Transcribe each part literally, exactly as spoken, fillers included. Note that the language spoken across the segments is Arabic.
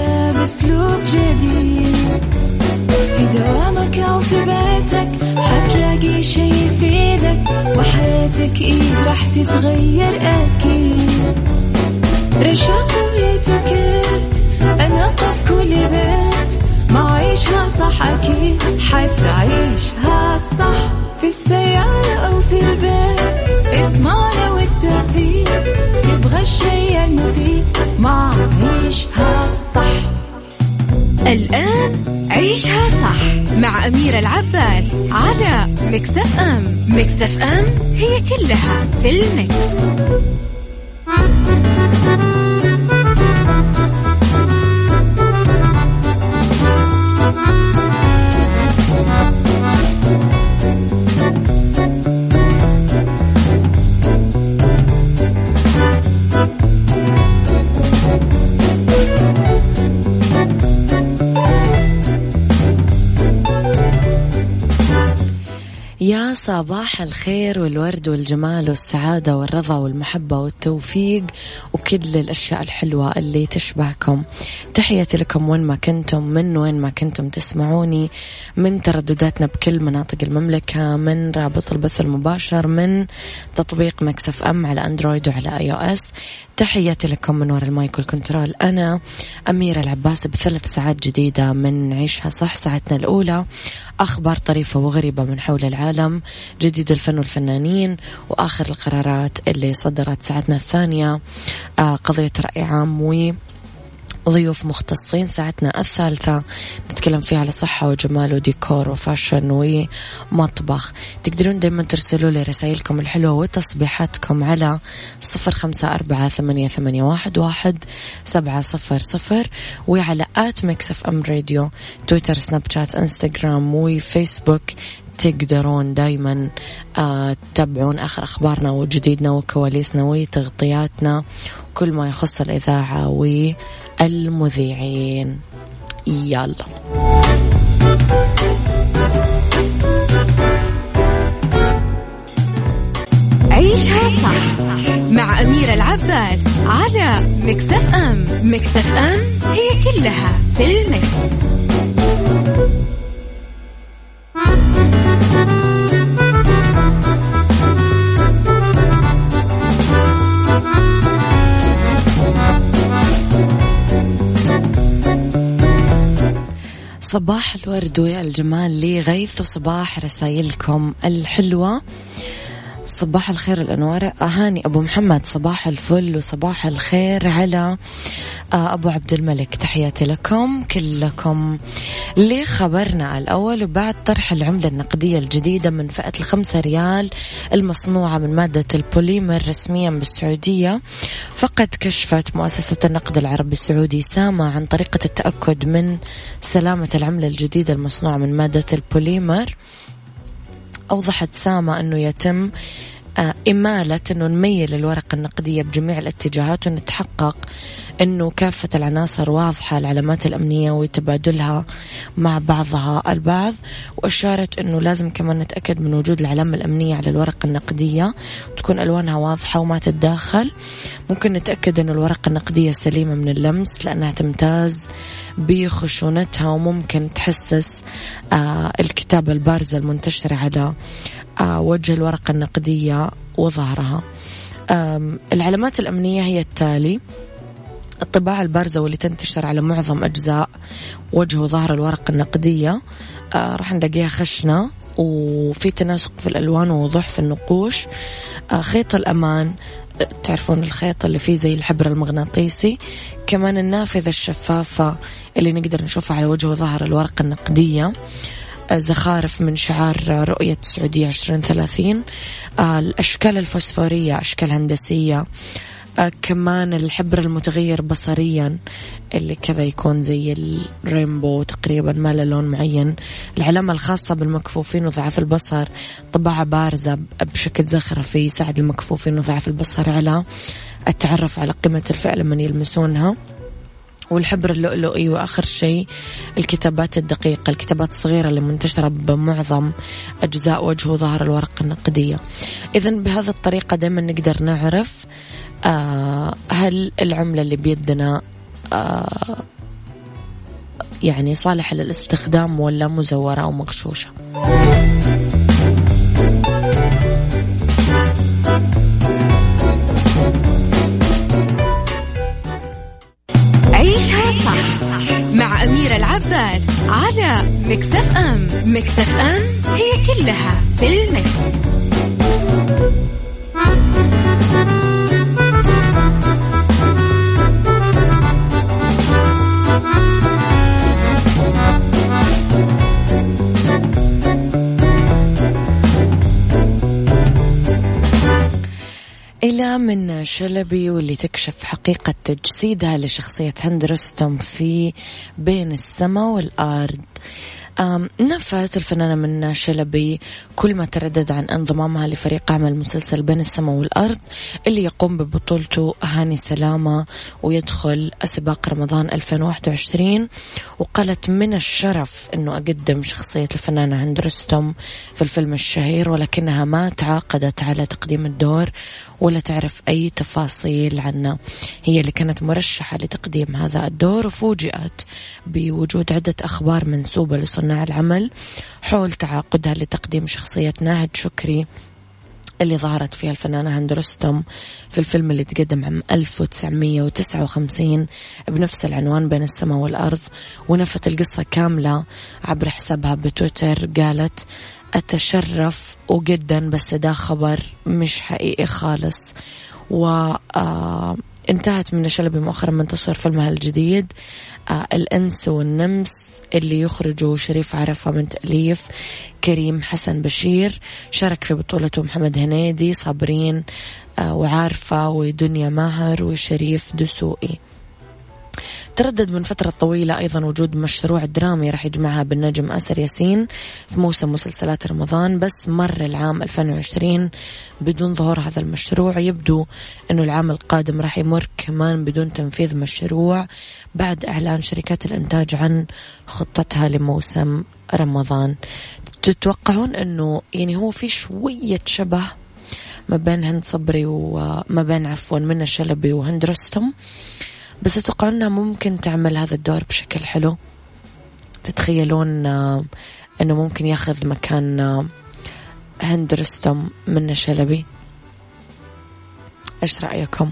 الحياة بأسلوب جديد. في دوامك أو في بيتك حتلاقي شي يفيدك، وحياتك إيه راح تتغير أكيد. رشاق ويتوكيت أنا قف كل بيت، ما عيشها صح أكيد حتعيشها صح. في السيارة أو في البيت اسمعنا والتوفيق، تبغى الشيء المفيد ما عيشها صح. الآن عيشها صح مع أميرة العباس على ميكس اف ام. ميكس اف ام هي كلها في الميكس. يا صباح الخير والورد والجمال والسعادة والرضا والمحبة والتوفيق وكل الأشياء الحلوة اللي تشبهكم. تحياتي لكم وين ما كنتم، من وين ما كنتم تسمعوني، من تردداتنا بكل مناطق المملكة، من رابط البث المباشر من تطبيق ميكس اف ام على أندرويد وعلى آي أو إس. تحياتي لكم من وراء المايك والكنترول، أنا أميرة العباس بثلاث ساعات جديدة من عيشها صح. ساعتنا الأولى أخبار طريفة وغريبة من حول العالم، جديد الفن والفنانين، وآخر القرارات اللي صدرت. ساعتنا الثانية قضية رأي عام و ضيوف مختصين. ساعتنا الثالثة نتكلم فيها على صحة وجمال وديكور وفاشن ومطبخ. تقدرون دايما ترسلوا لي رسائلكم الحلوة وتصبيحاتكم على صفر خمسة أربعة ثمانية ثمانية واحد واحد سبعة صفر صفر، وعلى آت ميكس اف ام راديو، تويتر، سناب شات، انستغرام وفيسبوك. تقدرون دايما آه تتابعون آخر أخبارنا وجديدنا وكواليسنا وتغطياتنا، كل ما يخص الإذاعة والمذيعين. يلا عيشها صح مع أميرة العباس على ميكس اف ام. ميكس اف ام هي كلها في الميكس. صباح الورد والجمال لي غيث، وصباح رسائلكم الحلوة. صباح الخير الأنوار أهاني أبو محمد، صباح الفل وصباح الخير على أبو عبد الملك. تحياتي لكم كلكم. لي خبرنا الأول، وبعد طرح العملة النقدية الجديدة من فئة الخمسة ريال المصنوعة من مادة البوليمر رسميا بالسعودية، فقد كشفت مؤسسة النقد العربي السعودي سامة عن طريقة التأكد من سلامة العملة الجديدة المصنوعة من مادة البوليمر. أوضحت سامة أنه يتم إمالة أنه نميل الورقة النقدية بجميع الاتجاهات، ونتحقق أنه كافة العناصر واضحة، العلامات الأمنية وتبادلها مع بعضها البعض. وأشارت أنه لازم كمان نتأكد من وجود العلامة الأمنية على الورقة النقدية، تكون ألوانها واضحة وما تتداخل. ممكن نتأكد أن الورقة النقدية سليمة من اللمس لأنها تمتاز بخشونتها، وممكن تحسس آه الكتابة البارزة المنتشرة على آه وجه الورقة النقدية وظهرها. العلامات الأمنية هي التالي: الطباعة البارزة واللي تنتشر على معظم أجزاء وجه وظهر الورقة النقدية، آه راح نلاقيها خشنة وفي تناسق في الألوان ووضوح في النقوش. آه خيط الأمان، تعرفون الخيط اللي فيه زي الحبر المغناطيسي. كمان النافذة الشفافة اللي نقدر نشوفها على وجه وظهر الورقة النقدية. زخارف من شعار رؤية السعودية عشرين ثلاثين. الأشكال الفوسفورية، أشكال هندسية. كمان الحبر المتغير بصريا اللي كذا يكون زي الرينبو تقريبا، ما له لون معين. العلامة الخاصة بالمكفوفين وضعاف البصر، طباعة بارزة بشكل زخرفي يساعد المكفوفين وضعاف البصر على التعرف على قيمة الفئة لمن يلمسونها. والحبر اللؤلؤي. وآخر شيء الكتابات الدقيقة، الكتابات الصغيرة اللي منتشرة بمعظم أجزاء وجه وظهر الورقة النقدية. إذن بهذه الطريقة دائما نقدر نعرف آه هل العملة اللي بيدنا آه يعني صالحة للاستخدام ولا مزورة أو مغشوشة. عيشها صح مع أميرة العباس على ميكس اف ام. ميكس اف ام هي كلها في الميكس. إلى من شلبي واللي تكشف حقيقة تجسيدها لشخصية هند رستم في بين السماء والأرض. نفت الفنانة من شلبي كل ما تردد عن انضمامها لفريق عمل مسلسل بين السماء والأرض اللي يقوم ببطولته هاني سلامة ويدخل سباق رمضان ألفين وواحد وعشرين، وقالت من الشرف أنه أقدم شخصية الفنانة هند رستم في الفيلم الشهير، ولكنها ما تعاقدت على تقديم الدور ولا تعرف أي تفاصيل عنه. هي اللي كانت مرشحة لتقديم هذا الدور، وفوجئت بوجود عدة أخبار منسوبة لصناع العمل حول تعاقدها لتقديم شخصية ناهد شكري اللي ظهرت فيها الفنانة هند رستم في الفيلم اللي تقدم عام ألف وتسعمية وتسعة وخمسين بنفس العنوان بين السماء والأرض. ونفت القصة كاملة عبر حسابها بتويتر، قالت أتشرف وجدا بس ده خبر مش حقيقي خالص. وانتهت من شلبي مؤخرا من تصوير فيلمها الجديد آه الأنس والنمس اللي يخرجه شريف عرفة من تأليف كريم حسن بشير، شارك في بطولته محمد هنيدي، صابرين آه وعارفة ودنيا ماهر وشريف دسوقي. تردد من فترة طويلة أيضا وجود مشروع درامي راح يجمعها بالنجم آسر ياسين في موسم مسلسلات رمضان، بس مر العام ألفين وعشرين بدون ظهور هذا المشروع. يبدو أنه العام القادم راح يمر كمان بدون تنفيذ مشروع بعد إعلان شركات الإنتاج عن خطتها لموسم رمضان. تتوقعون أنه يعني هو في شوية شبه ما بين هند صبري وما بين عفوا منى شلبي وهند رستم، بس أتوقع أنها ممكن تعمل هذا الدور بشكل حلو. تتخيلون أنه ممكن ياخذ مكان هند رستم منى شلبي؟ إيش رأيكم؟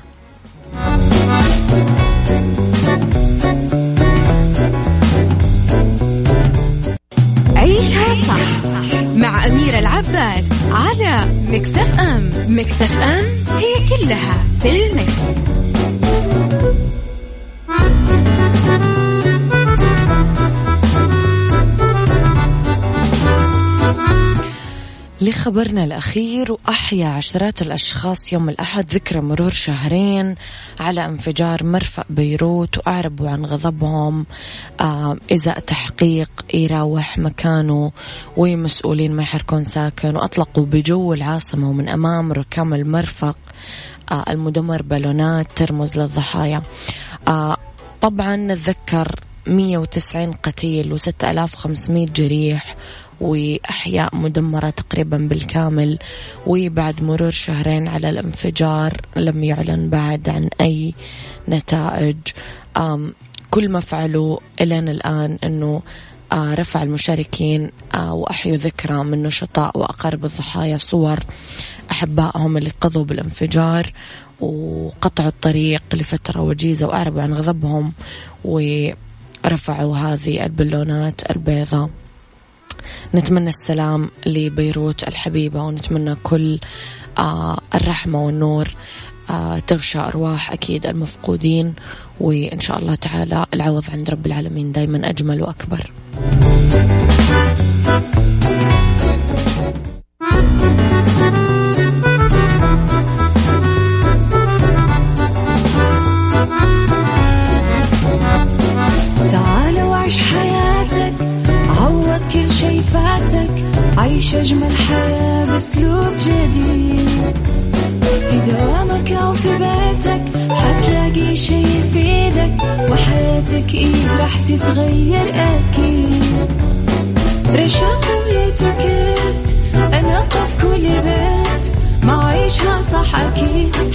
عيشها صح مع أميرة العباس على ميكس اف ام. ميكس اف ام هي كلها في الميكس. لخبرنا الأخير، وأحيا عشرات الأشخاص يوم الأحد ذكرى مرور شهرين على انفجار مرفأ بيروت، وأعربوا عن غضبهم آه إزاء تحقيق يراوح مكانه ومسؤولين ما يحركون ساكن، وأطلقوا بجو العاصمة ومن أمام ركام المرفق آه المدمر بالونات ترمز للضحايا. آه طبعا نتذكر مية وتسعين قتيل وستة آلاف وخمسمية جريح وأحياء مدمرة تقريبا بالكامل، وبعد مرور شهرين على الانفجار لم يعلن بعد عن أي نتائج. كل ما فعلوا إلى الآن أنه رفع المشاركين وأحيوا ذكرى من نشطاء وأقارب الضحايا صور أحبائهم اللي قضوا بالانفجار، وقطعوا الطريق لفترة وجيزة وأعربوا عن غضبهم ورفعوا هذه البالونات البيضاء. نتمنى السلام لبيروت الحبيبة، ونتمنى كل آه الرحمة والنور آه تغشى أرواح أكيد المفقودين، وإن شاء الله تعالى العوض عند رب العالمين دايما أجمل وأكبر. عيش أجمل حياة بأسلوب جديد، في دوامك أو في بيتك حتلاقي شي يفيدك، وحياتك إيه راح تتغير أكيد. رشاق ويتوكيت أنا قف كل بيت، ما عيشها صح أكيد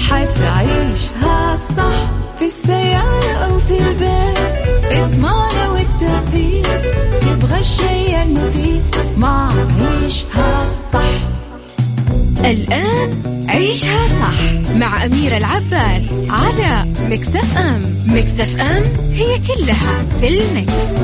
حتعيشها صح، في السيارة أو في البيت اسمعنا والتوفيق. عيشها صح. الآن عيشها صح مع أميرة العباس على ميكس اف ام. ميكس اف ام هي كلها في الميكس.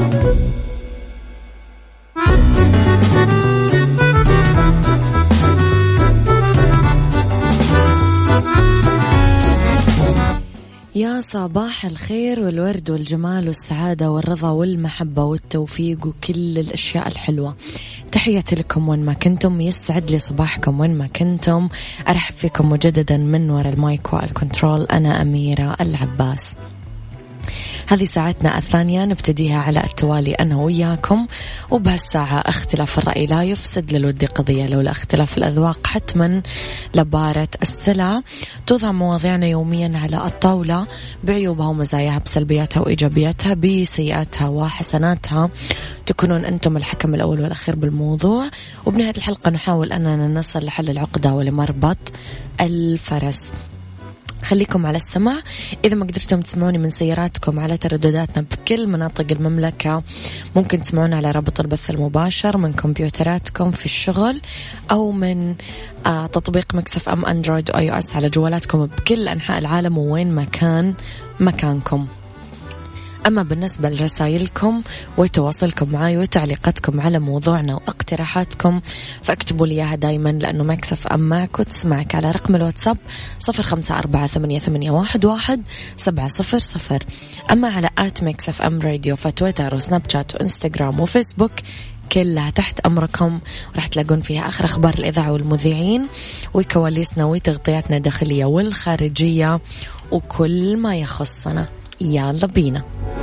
يا صباح الخير والورد والجمال والسعادة والرضا والمحبة والتوفيق وكل الأشياء الحلوة. تحياتي لكم وين ما كنتم، يسعد لي صباحكم وين ما كنتم. أرحب فيكم مجددا من وراء المايك والكنترول، أنا أميرة العباس. هذه ساعتنا الثانية نبتديها على التوالي أنا وياكم، وبهالساعة اختلاف الرأي لا يفسد للود قضية، لولا اختلاف الأذواق حتما لبارة السلع. توضع مواضيعنا يوميا على الطاولة بعيوبها ومزاياها، بسلبياتها وإيجابياتها، بسيئاتها وحسناتها. تكونون أنتم الحكم الأول والأخير بالموضوع، وبنهاية الحلقة نحاول أننا نصل لحل العقدة ولمربط الفرس. خليكم على السمع. إذا ما قدرتم تسمعوني من سياراتكم على تردداتنا بكل مناطق المملكة، ممكن تسمعونا على رابط البث المباشر من كمبيوتراتكم في الشغل، أو من آه تطبيق ميكس اف ام أندرويد وآي أو إس على جوالاتكم بكل أنحاء العالم وين ما كان مكانكم. أما بالنسبة لرسائلكم وتواصلكم معي وتعليقاتكم على موضوعنا واقتراحاتكم، فاكتبوا لي إياها دايما، لأنه ميكس اف ام معك وتسمعك على رقم الواتساب صفر خمسة أربعة ثمانية ثمانية واحد واحد سبعة صفر صفر. أما على آت ميكس اف ام راديو فتويتر وسناب شات وإنستغرام وفيسبوك كلها تحت أمركم، وراح تلاقون فيها آخر أخبار الإذاعة والمذيعين وكواليسنا وتغطياتنا الداخلية والخارجية وكل ما يخصنا. يلا بينا.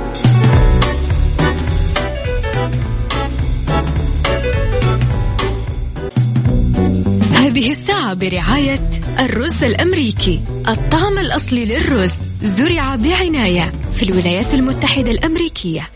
هذه الساعة برعاية الرز الأمريكي، الطعم الأصلي للرز، زرع بعناية في الولايات المتحدة الأمريكية.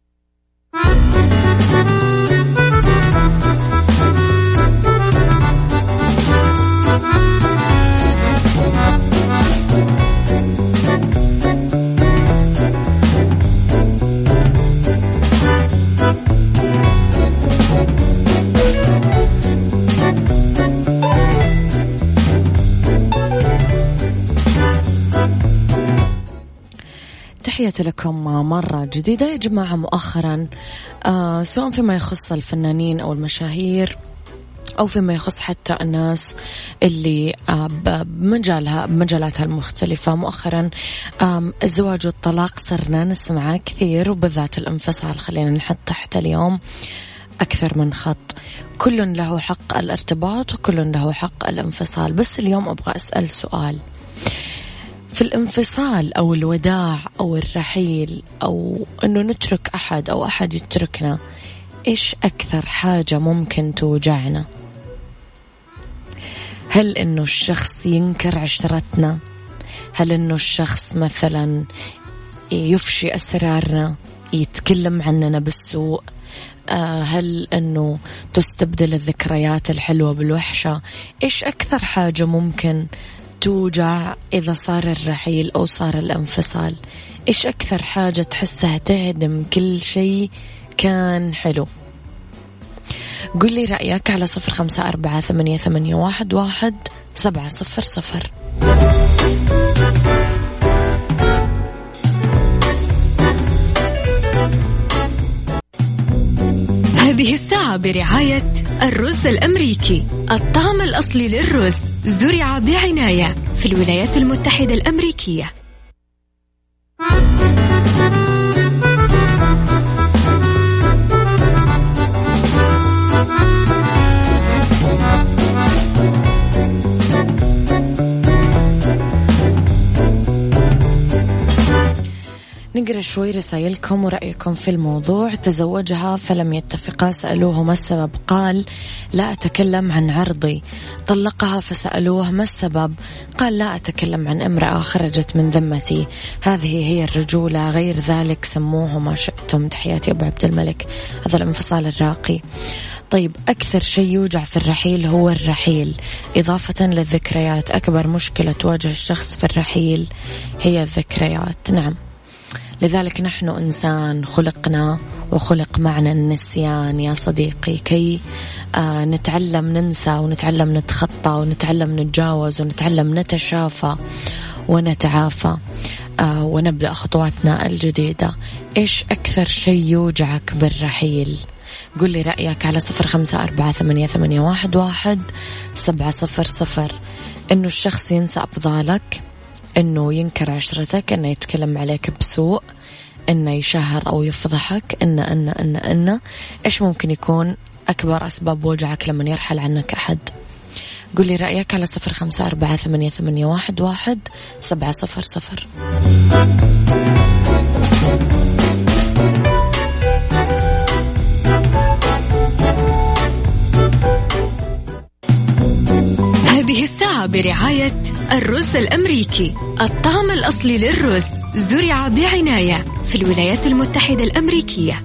تحياتي لكم مرة جديدة يا جماعة. مؤخرا آه سواء فيما يخص الفنانين أو المشاهير أو فيما يخص حتى الناس اللي آه بمجالها بمجالاتها المختلفة، مؤخرا آه الزواج والطلاق صرنا نسمع كثير، وبالذات الانفصال. خلينا نحط تحت اليوم أكثر من خط. كل له حق الارتباط وكل له حق الانفصال. بس اليوم أبغى أسأل سؤال: في الانفصال أو الوداع أو الرحيل أو أنه نترك أحد أو أحد يتركنا، إيش أكثر حاجة ممكن توجعنا؟ هل أنه الشخص ينكر عشرتنا؟ هل أنه الشخص مثلا يفشي أسرارنا، يتكلم عننا بالسوء؟ هل أنه تستبدل الذكريات الحلوة بالوحشة؟ إيش أكثر حاجة ممكن توجع إذا صار الرحيل أو صار الانفصال؟ إيش أكثر حاجة تحسها تهدم كل شيء كان حلو؟ قل لي رأيك على صفر خمسة أربعة ثمانية ثمانية واحد واحد سبعة صفر صفر. هذه الساعة برعاية الرز الأمريكي، الطعم الأصلي للرز، زرع بعناية في الولايات المتحدة الأمريكية. نقرأ شوي رسائلكم ورأيكم في الموضوع. تزوجها فلم يتفقا، سألوه ما السبب، قال لا أتكلم عن عرضي. طلقها فسألوه ما السبب، قال لا أتكلم عن امرأة خرجت من ذمتي. هذه هي الرجولة، غير ذلك سموه ما شئتم. تحياتي أبو عبد الملك. هذا الانفصال الراقي. طيب، أكثر شيء يوجع في الرحيل هو الرحيل، إضافة للذكريات. أكبر مشكلة تواجه الشخص في الرحيل هي الذكريات. نعم، لذلك نحن إنسان، خلقنا وخلق معنا النسيان يا صديقي كي آه نتعلم ننسى ونتعلم نتخطى ونتعلم نتجاوز ونتعلم نتشافى ونتعافى آه ونبدأ خطواتنا الجديدة. إيش أكثر شيء يوجعك بالرحيل؟ قل لي رأيك على صفر خمسة أربعة ثمانية ثمانية واحد واحد سبعة صفر صفر. إنه الشخص ينسى أفضالك، إنه ينكر عشرتك، إنه يتكلم عليك بسوء، إنه يشهر أو يفضحك، إنه إنه إنه إنه إيش ممكن يكون أكبر أسباب وجعك لما يرحل عنك أحد؟ قل لي رأيك على صفر خمسة أربعة ثمانية ثمانية واحد واحد سبعة صفر صفر. هذه الساعة برعاية الرز الأمريكي، الطعم الأصلي للرز، زرع بعناية في الولايات المتحدة الأمريكية.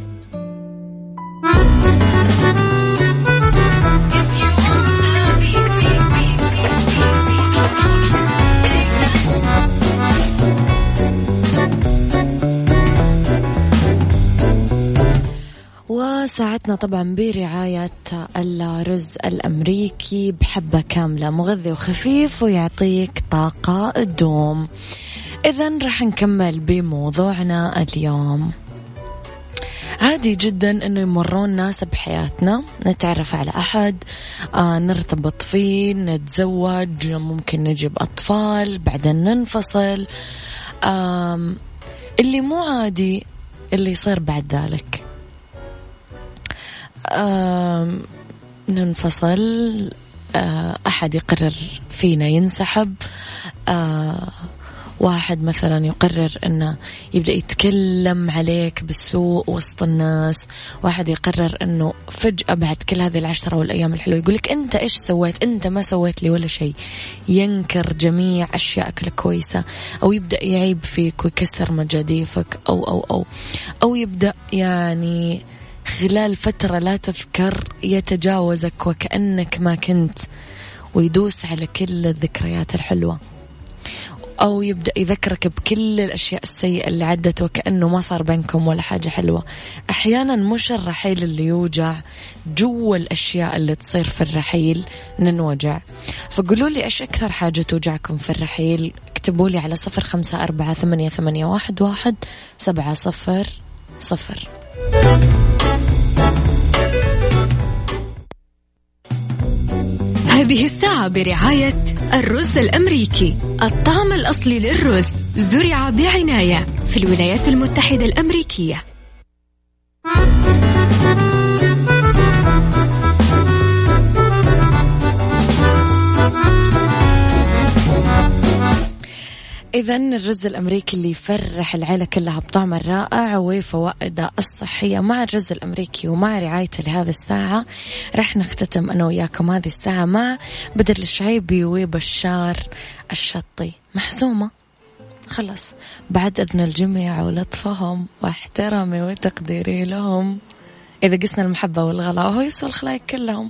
وساعتنا طبعا برعاية الرز الأمريكي بحبة كاملة، مغذي وخفيف ويعطيك طاقة الدوم. إذن رح نكمل بموضوعنا اليوم. عادي جدا أنه يمرون ناس بحياتنا، نتعرف على أحد، آه نرتبط فيه، نتزوج، ممكن نجيب أطفال، بعدين ننفصل. آه اللي مو عادي اللي يصير بعد ذلك. آه ننفصل، آه أحد يقرر فينا ينسحب، آه واحد مثلا يقرر أنه يبدأ يتكلم عليك بالسوء وسط الناس، واحد يقرر أنه فجأة بعد كل هذه العشرة والأيام الحلوة يقولك أنت إيش سويت، أنت ما سويت لي ولا شيء، ينكر جميع أشيائك الكويسة، أو يبدأ يعيب فيك ويكسر مجاديفك، أو أو أو أو يبدأ يعني خلال فترة لا تذكر يتجاوزك وكأنك ما كنت، ويدوس على كل الذكريات الحلوة، أو يبدأ يذكرك بكل الأشياء السيئة اللي عدت وكأنه ما صار بينكم ولا حاجة حلوة. أحيانا مش الرحيل اللي يوجع، جوا الأشياء اللي تصير في الرحيل ننوجع. فقولوا لي إيش أكثر حاجة توجعكم في الرحيل، اكتبوا لي على صفر خمسة أربعة ثمانية ثمانية واحد واحد سبعة صفر صفر. هذه الساعة برعاية الرز الأمريكي، الطعم الأصلي للرز، زرع بعناية في الولايات المتحدة الأمريكية. إذن الرز الأمريكي اللي يفرح العيلة كلها بطعم الرائع وفوائده الصحية. مع الرز الأمريكي ومع رعايته لهذه الساعة رح نختتم أنا وياكم هذه الساعة مع بدر الشعيبي وبشار الشطي. محسومة خلص، بعد أذن الجميع ولطفهم واحترامي وتقديري لهم، إذا قسنا المحبة والغلاء وهو يسوى الخلايق كلهم.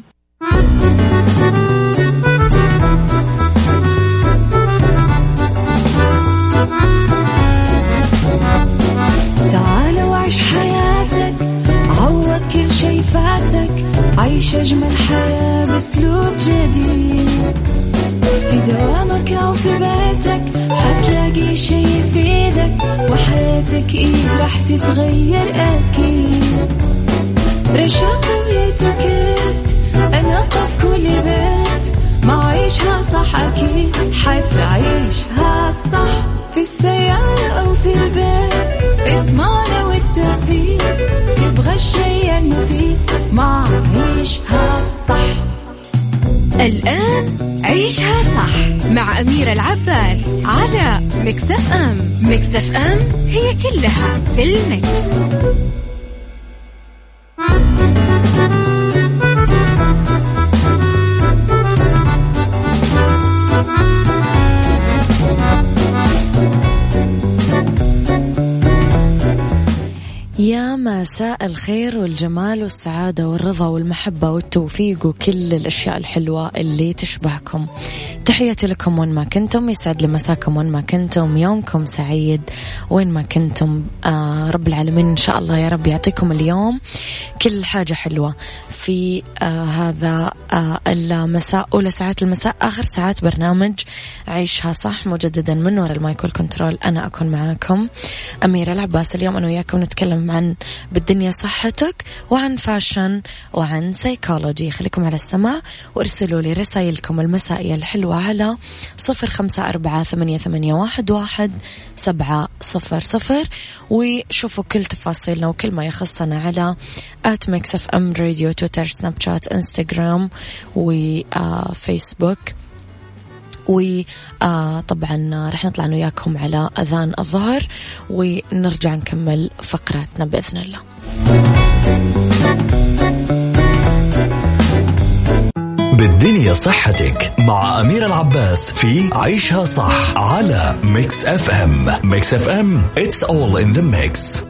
تعال وعيش حياتك، عوض كل شي فاتك، عيش أجمل حياة بأسلوب جديد. في دوامك أو في بيتك حتلاقي شي يفيدك، وحياتك إيه راح تتغير أكيد. رشاق ويتوكيت أنا قف كل بيت، ما عيشها صح أكيد حتعيشها صح، في السيارة أو في البيت اسمعنا والتوفيق، تبغى الشيء المفيد ما عيشها صح. الآن عيشها صح مع أميرة العباس على ميكس اف ام. ميكس اف ام هي كلها في الميكس. يا مساء الخير والجمال والسعادة والرضا والمحبة والتوفيق وكل الأشياء الحلوة اللي تشبهكم. تحياتي لكم وين ما كنتم، يسعد لي مساكم وين ما كنتم، يومكم سعيد وين ما كنتم. آه رب العالمين إن شاء الله يا رب يعطيكم اليوم كل حاجة حلوة في آه هذا آه المساء، أولى ساعات المساء، آخر ساعات برنامج عيشها صح. مجددا من وراء المايك والكنترول أنا أكون معاكم أميرة العباس. اليوم أنا وياكم نتكلم عن بالدنيا صحتك وعن فاشن وعن سيكولوجي. خليكم على السماع وارسلوا لي رسائلكم المسائية الحلوة على صفر خمسة أربعة ثمانية ثمانية واحد واحد سبعة صفر صفر، وشوفوا كل تفاصيلنا وكل ما يخصنا على آت ميكس اف ام راديو، تويتر، سناب شات، انستغرام وفيسبوك. وطبعا رح نطلع وياكم على أذان الظهر ونرجع نكمل فقراتنا بإذن الله. بالدنيا صحتك مع أميرة العباس في عيشها صح على ميكس اف ام. ميكس اف ام it's all in the mix.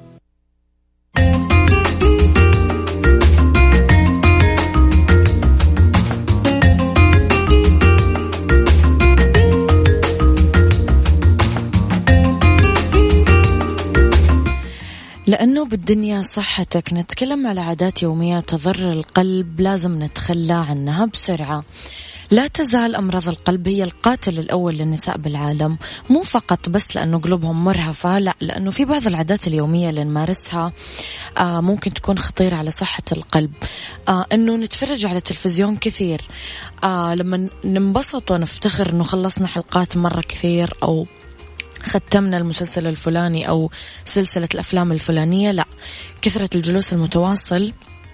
لأنه بالدنيا صحتك نتكلم على عادات يومية تضر القلب لازم نتخلى عنها بسرعة. لا تزال أمراض القلب هي القاتل الأول للنساء بالعالم، مو فقط بس لأنه قلوبهم مرهفة، لا، لأنه في بعض العادات اليومية اللي نمارسها آه ممكن تكون خطيرة على صحة القلب. آه إنه نتفرج على التلفزيون كثير، آه لما ننبسط ونفتخر إنه خلصنا حلقات مرة كثير، أو ختمنا المسلسل الفلاني أو سلسلة الأفلام الفلانية، لا، كثرة الجلوس المتواصل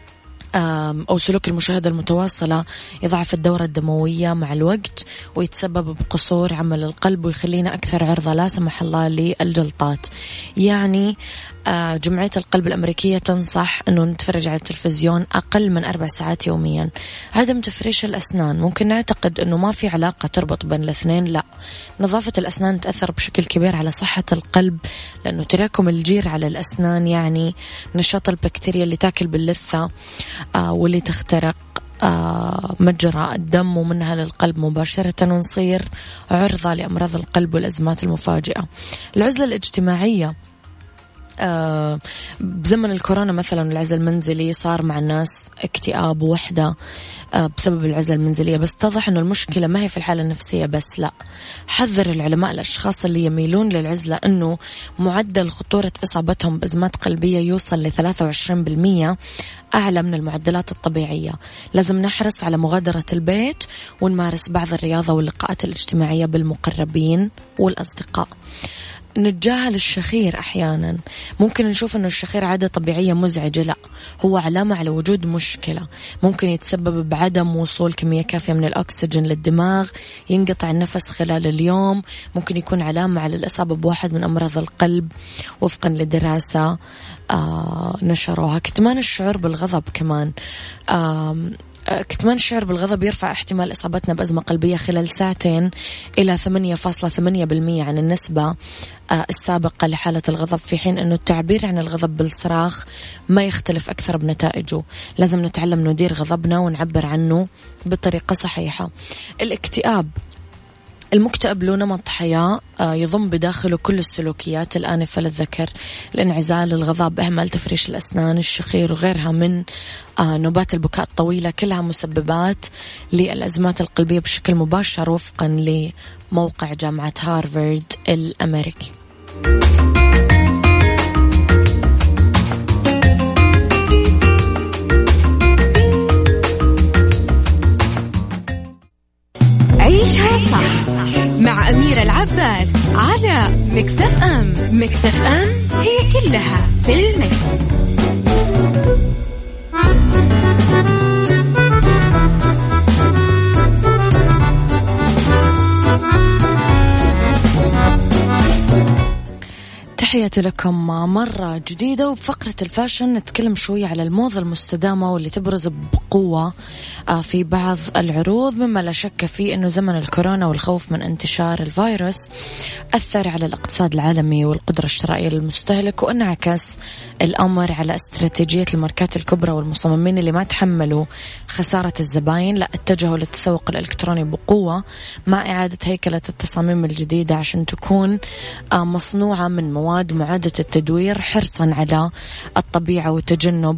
أو سلوك المشاهدة المتواصلة يضعف الدورة الدموية مع الوقت ويتسبب بقصور عمل القلب ويخلينا أكثر عرضة لا سمح الله للجلطات. يعني جمعية القلب الأمريكية تنصح أنه نتفرج على التلفزيون أقل من أربع ساعات يوميا. عدم تفريش الأسنان، ممكن نعتقد أنه ما في علاقة تربط بين الاثنين، لا، نظافة الأسنان تأثر بشكل كبير على صحة القلب، لأنه تراكم الجير على الأسنان يعني نشاط البكتيريا اللي تاكل باللثة آه واللي تخترق آه مجرى الدم ومنها للقلب مباشرة، ونصير عرضة لأمراض القلب والأزمات المفاجئة. العزلة الاجتماعية آه بزمن الكورونا مثلا، العزل المنزلي صار مع الناس اكتئاب ووحدة آه بسبب العزلة المنزلية. بس اتضح انه المشكلة ما هي في الحالة النفسية بس، لا، حذر العلماء الاشخاص اللي يميلون للعزلة انه معدل خطورة اصابتهم بازمات قلبية يوصل ل ثلاثة وعشرين بالمئة اعلى من المعدلات الطبيعية. لازم نحرص على مغادرة البيت ونمارس بعض الرياضة واللقاءات الاجتماعية بالمقربين والأصدقاء. نتجاهل الشخير أحيانا، ممكن نشوف أنه الشخير عادة طبيعية مزعجة، لا، هو علامة على وجود مشكلة. ممكن يتسبب بعدم وصول كمية كافية من الأكسجين للدماغ، ينقطع النفس خلال اليوم، ممكن يكون علامة على الإصابة بواحد من أمراض القلب وفقا لدراسة آه نشروها. كتمان الشعور بالغضب كمان، آه كتمان الشعور بالغضب يرفع احتمال إصابتنا بأزمة قلبية خلال ساعتين إلى ثمانية فاصلة ثمانية بالمئة عن النسبة السابقة لحالة الغضب، في حين أنه التعبير عن الغضب بالصراخ ما يختلف أكثر بنتائجه. لازم نتعلم ندير غضبنا ونعبر عنه بطريقة صحيحة. الاكتئاب، المكتئب له نمط حياة يضم بداخله كل السلوكيات الآنفة للذكر، الانعزال، الغضب، إهمال تفريش الأسنان، الشخير وغيرها من نوبات البكاء الطويلة، كلها مسببات للأزمات القلبية بشكل مباشر وفقا لموقع جامعة هارفارد الأمريكي. عيشها صح مع أميرة العباس على ميكس اف ام. ميكس اف ام هي كلها في الميكس. تحياتي تحياتي لكم مرة جديدة. وبفقرة الفاشن نتكلم شوي على الموضة المستدامة واللي تبرز بقوة في بعض العروض، مما لا شك فيه أنه زمن الكورونا والخوف من انتشار الفيروس أثر على الاقتصاد العالمي والقدرة الشرائية للمستهلك، وانعكس الأمر على استراتيجية الماركات الكبرى والمصممين اللي ما تحملوا خسارة الزباين، لا اتجهوا للتسوق الإلكتروني بقوة مع إعادة هيكلة التصاميم الجديدة عشان تكون مصنوعة من مواد معادة التدوير، حرصا على الطبيعة وتجنب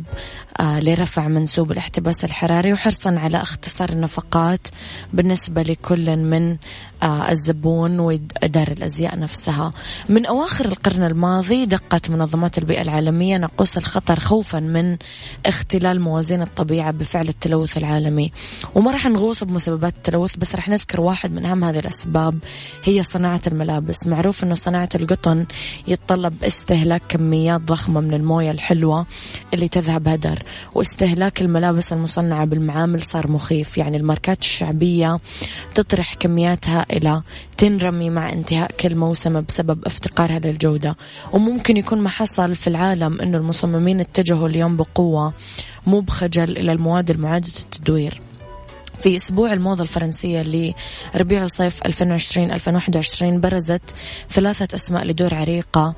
لرفع منسوب الاحتباس الحراري، وحرصا على اختصار النفقات بالنسبة لكل من الزبون ودار الأزياء نفسها. من أواخر القرن الماضي دقت منظمات البيئة العالمية ناقوس الخطر خوفا من اختلال موازين الطبيعة بفعل التلوث العالمي، وما راح نغوص بمسببات التلوث، بس راح نذكر واحد من أهم هذه الأسباب هي صناعة الملابس. معروف أنه صناعة القطن يتطلب استهلاك كميات ضخمة من الموية الحلوة اللي تذهب هدر، واستهلاك الملابس المصنعة بالمعامل صار مخيف، يعني الماركات الشعبية تطرح كمياتها إلى تنرمي مع انتهاء كل موسم بسبب افتقارها للجودة. وممكن يكون ما حصل في العالم أنه المصممين اتجهوا اليوم بقوة مو بخجل إلى المواد المعادة التدوير. في أسبوع الموضة الفرنسية لربيع وصيف ألفين وعشرين ألفين وواحد وعشرين برزت ثلاثة أسماء لدور عريقة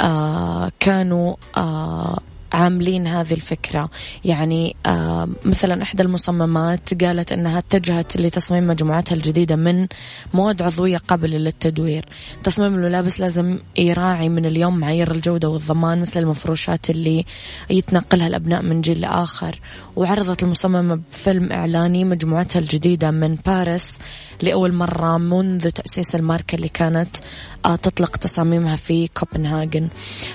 آه كانوا آه عاملين هذه الفكرة. يعني آه مثلا إحدى المصممات قالت أنها اتجهت لتصميم مجموعاتها الجديدة من مواد عضوية قابلة للتدوير. تصميم الملابس لازم يراعي من اليوم معايير الجودة والضمان، مثل المفروشات اللي يتنقلها الأبناء من جيل لآخر. وعرضت المصممة بفيلم إعلاني مجموعتها الجديدة من باريس لأول مرة منذ تأسيس الماركة اللي كانت آه تطلق تصاميمها في كوبنهاجن.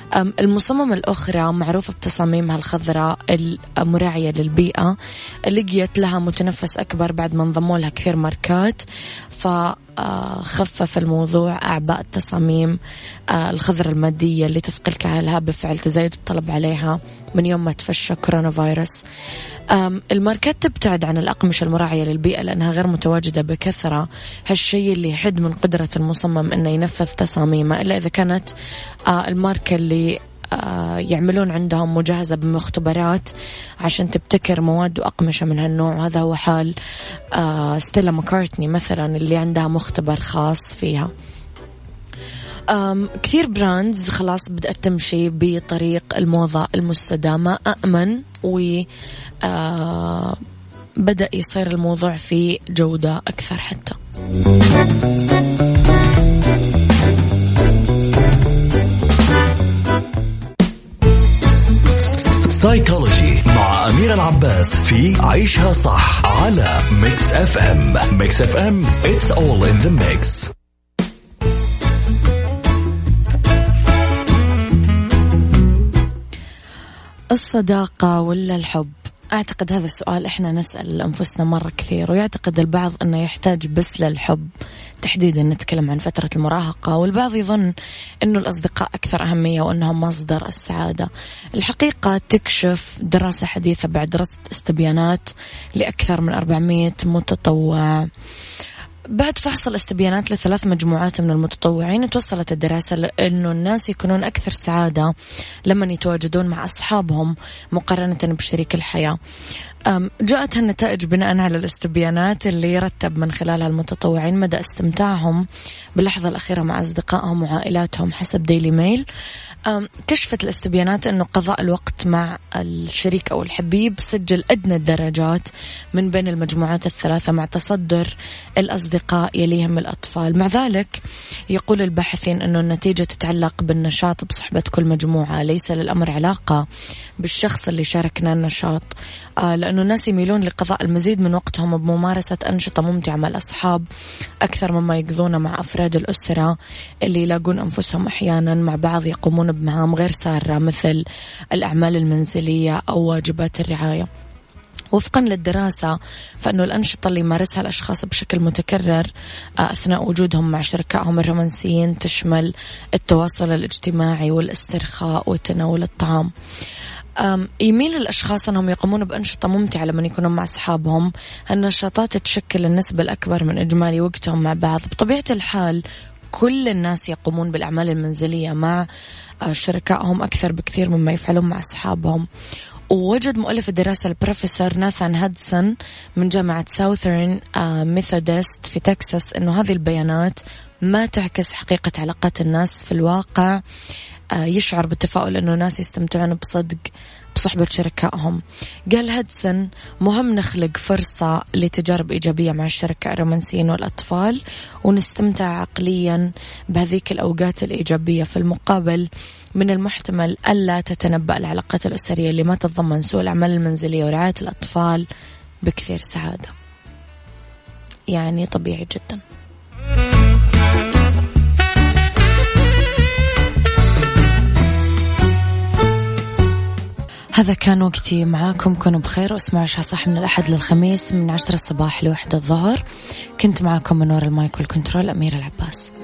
المصممة الأخرى معروفة بتصاميمها الخضراء المراعية للبيئة، لقيت لها متنفس أكبر بعد ما انضموا لها كثير ماركات، فخفف الموضوع أعباء التصاميم الخضراء المادية اللي تثقل كاهلها بفعل تزايد الطلب عليها من يوم ما تفشى كورونا فيروس. الماركات تبتعد عن الأقمشة المراعية للبيئة لأنها غير متواجدة بكثرة، هالشيء اللي يحد من قدرة المصمم أنه ينفذ تصاميمه، إلا إذا كانت الماركة اللي يعملون عندهم مجهزة بمختبرات عشان تبتكر مواد وأقمشة من هالنوع. وهذا هو حال ستيلا ماكارتني مثلا اللي عندها مختبر خاص فيها. كثير براندز خلاص بدأت تمشي بطريق الموضة المستدامة، أأمن و بدأ يصير الموضوع في جودة أكثر حتى. سايكولوجي مع أميرة العباس في عيشها صح على ميكس اف ام. ميكس اف ام it's all in the mix. الصداقة ولا الحب؟ أعتقد هذا السؤال إحنا نسأل أنفسنا مرة كثير، ويعتقد البعض أنه يحتاج بس للحب، تحديدا نتكلم عن فترة المراهقة، والبعض يظن أنه الأصدقاء أكثر أهمية وأنهم مصدر السعادة. الحقيقة تكشف دراسة حديثة بعد دراسة استبيانات لأكثر من أربعمائة متطوع، بعد فحص الاستبيانات لثلاث مجموعات من المتطوعين، توصلت الدراسة لأنه الناس يكونون أكثر سعادة لما يتواجدون مع أصحابهم مقارنة بشريك الحياة. جاءت هالنتائج بناء على الاستبيانات اللي يرتب من خلالها المتطوعين مدى استمتاعهم باللحظة الأخيرة مع أصدقائهم وعائلاتهم. حسب ديلي ميل كشفت الاستبيانات أنه قضاء الوقت مع الشريك أو الحبيب سجل أدنى الدرجات من بين المجموعات الثلاثة، مع تصدر الأصدقاء يليهم الأطفال. مع ذلك يقول الباحثين أنه النتيجة تتعلق بالنشاط بصحبة كل مجموعة، ليس للأمر علاقة بالشخص اللي شاركنا النشاط، لأنه الناس يميلون لقضاء المزيد من وقتهم بممارسة أنشطة ممتعة مع الأصحاب أكثر مما يقضون مع أفراد الأسرة اللي يلاقون أنفسهم أحيانا مع بعض يقومون بمهام غير سارة مثل الأعمال المنزلية أو واجبات الرعاية. وفقا للدراسة فإنه الأنشطة اللي يمارسها الأشخاص بشكل متكرر أثناء وجودهم مع شركائهم الرومانسيين تشمل التواصل الاجتماعي والاسترخاء وتناول الطعام. يميل الأشخاص أنهم يقومون بأنشطة ممتعة لما يكونوا مع أصحابهم. النشاطات تشكل النسبة الأكبر من إجمالي وقتهم مع بعض. بطبيعة الحال كل الناس يقومون بالأعمال المنزلية مع شركائهم أكثر بكثير مما يفعلون مع أصحابهم. ووجد مؤلف الدراسة البروفيسور ناثان هادسون من جامعة ساوثرن ميثودست في تكساس أنه هذه البيانات ما تعكس حقيقة علاقات الناس في الواقع. يشعر بالتفاؤل أنه ناس يستمتعون بصدق بصحبة شركائهم. قال هادسون مهم نخلق فرصة لتجارب إيجابية مع الشركاء الرومانسيين والأطفال ونستمتع عقليا بهذيك الأوقات الإيجابية. في المقابل من المحتمل ألا تتنبأ العلاقات الأسرية اللي ما تتضمن سوء الأعمال المنزلية ورعاية الأطفال بكثير سعادة. يعني طبيعي جدا. هذا كان وقتي معاكم، كونوا بخير واسمعوا عشاء صح من الأحد للخميس من عشرة الصباح لوحدة الظهر. كنت معاكم من وراء المايك والكنترول أميرة العباس.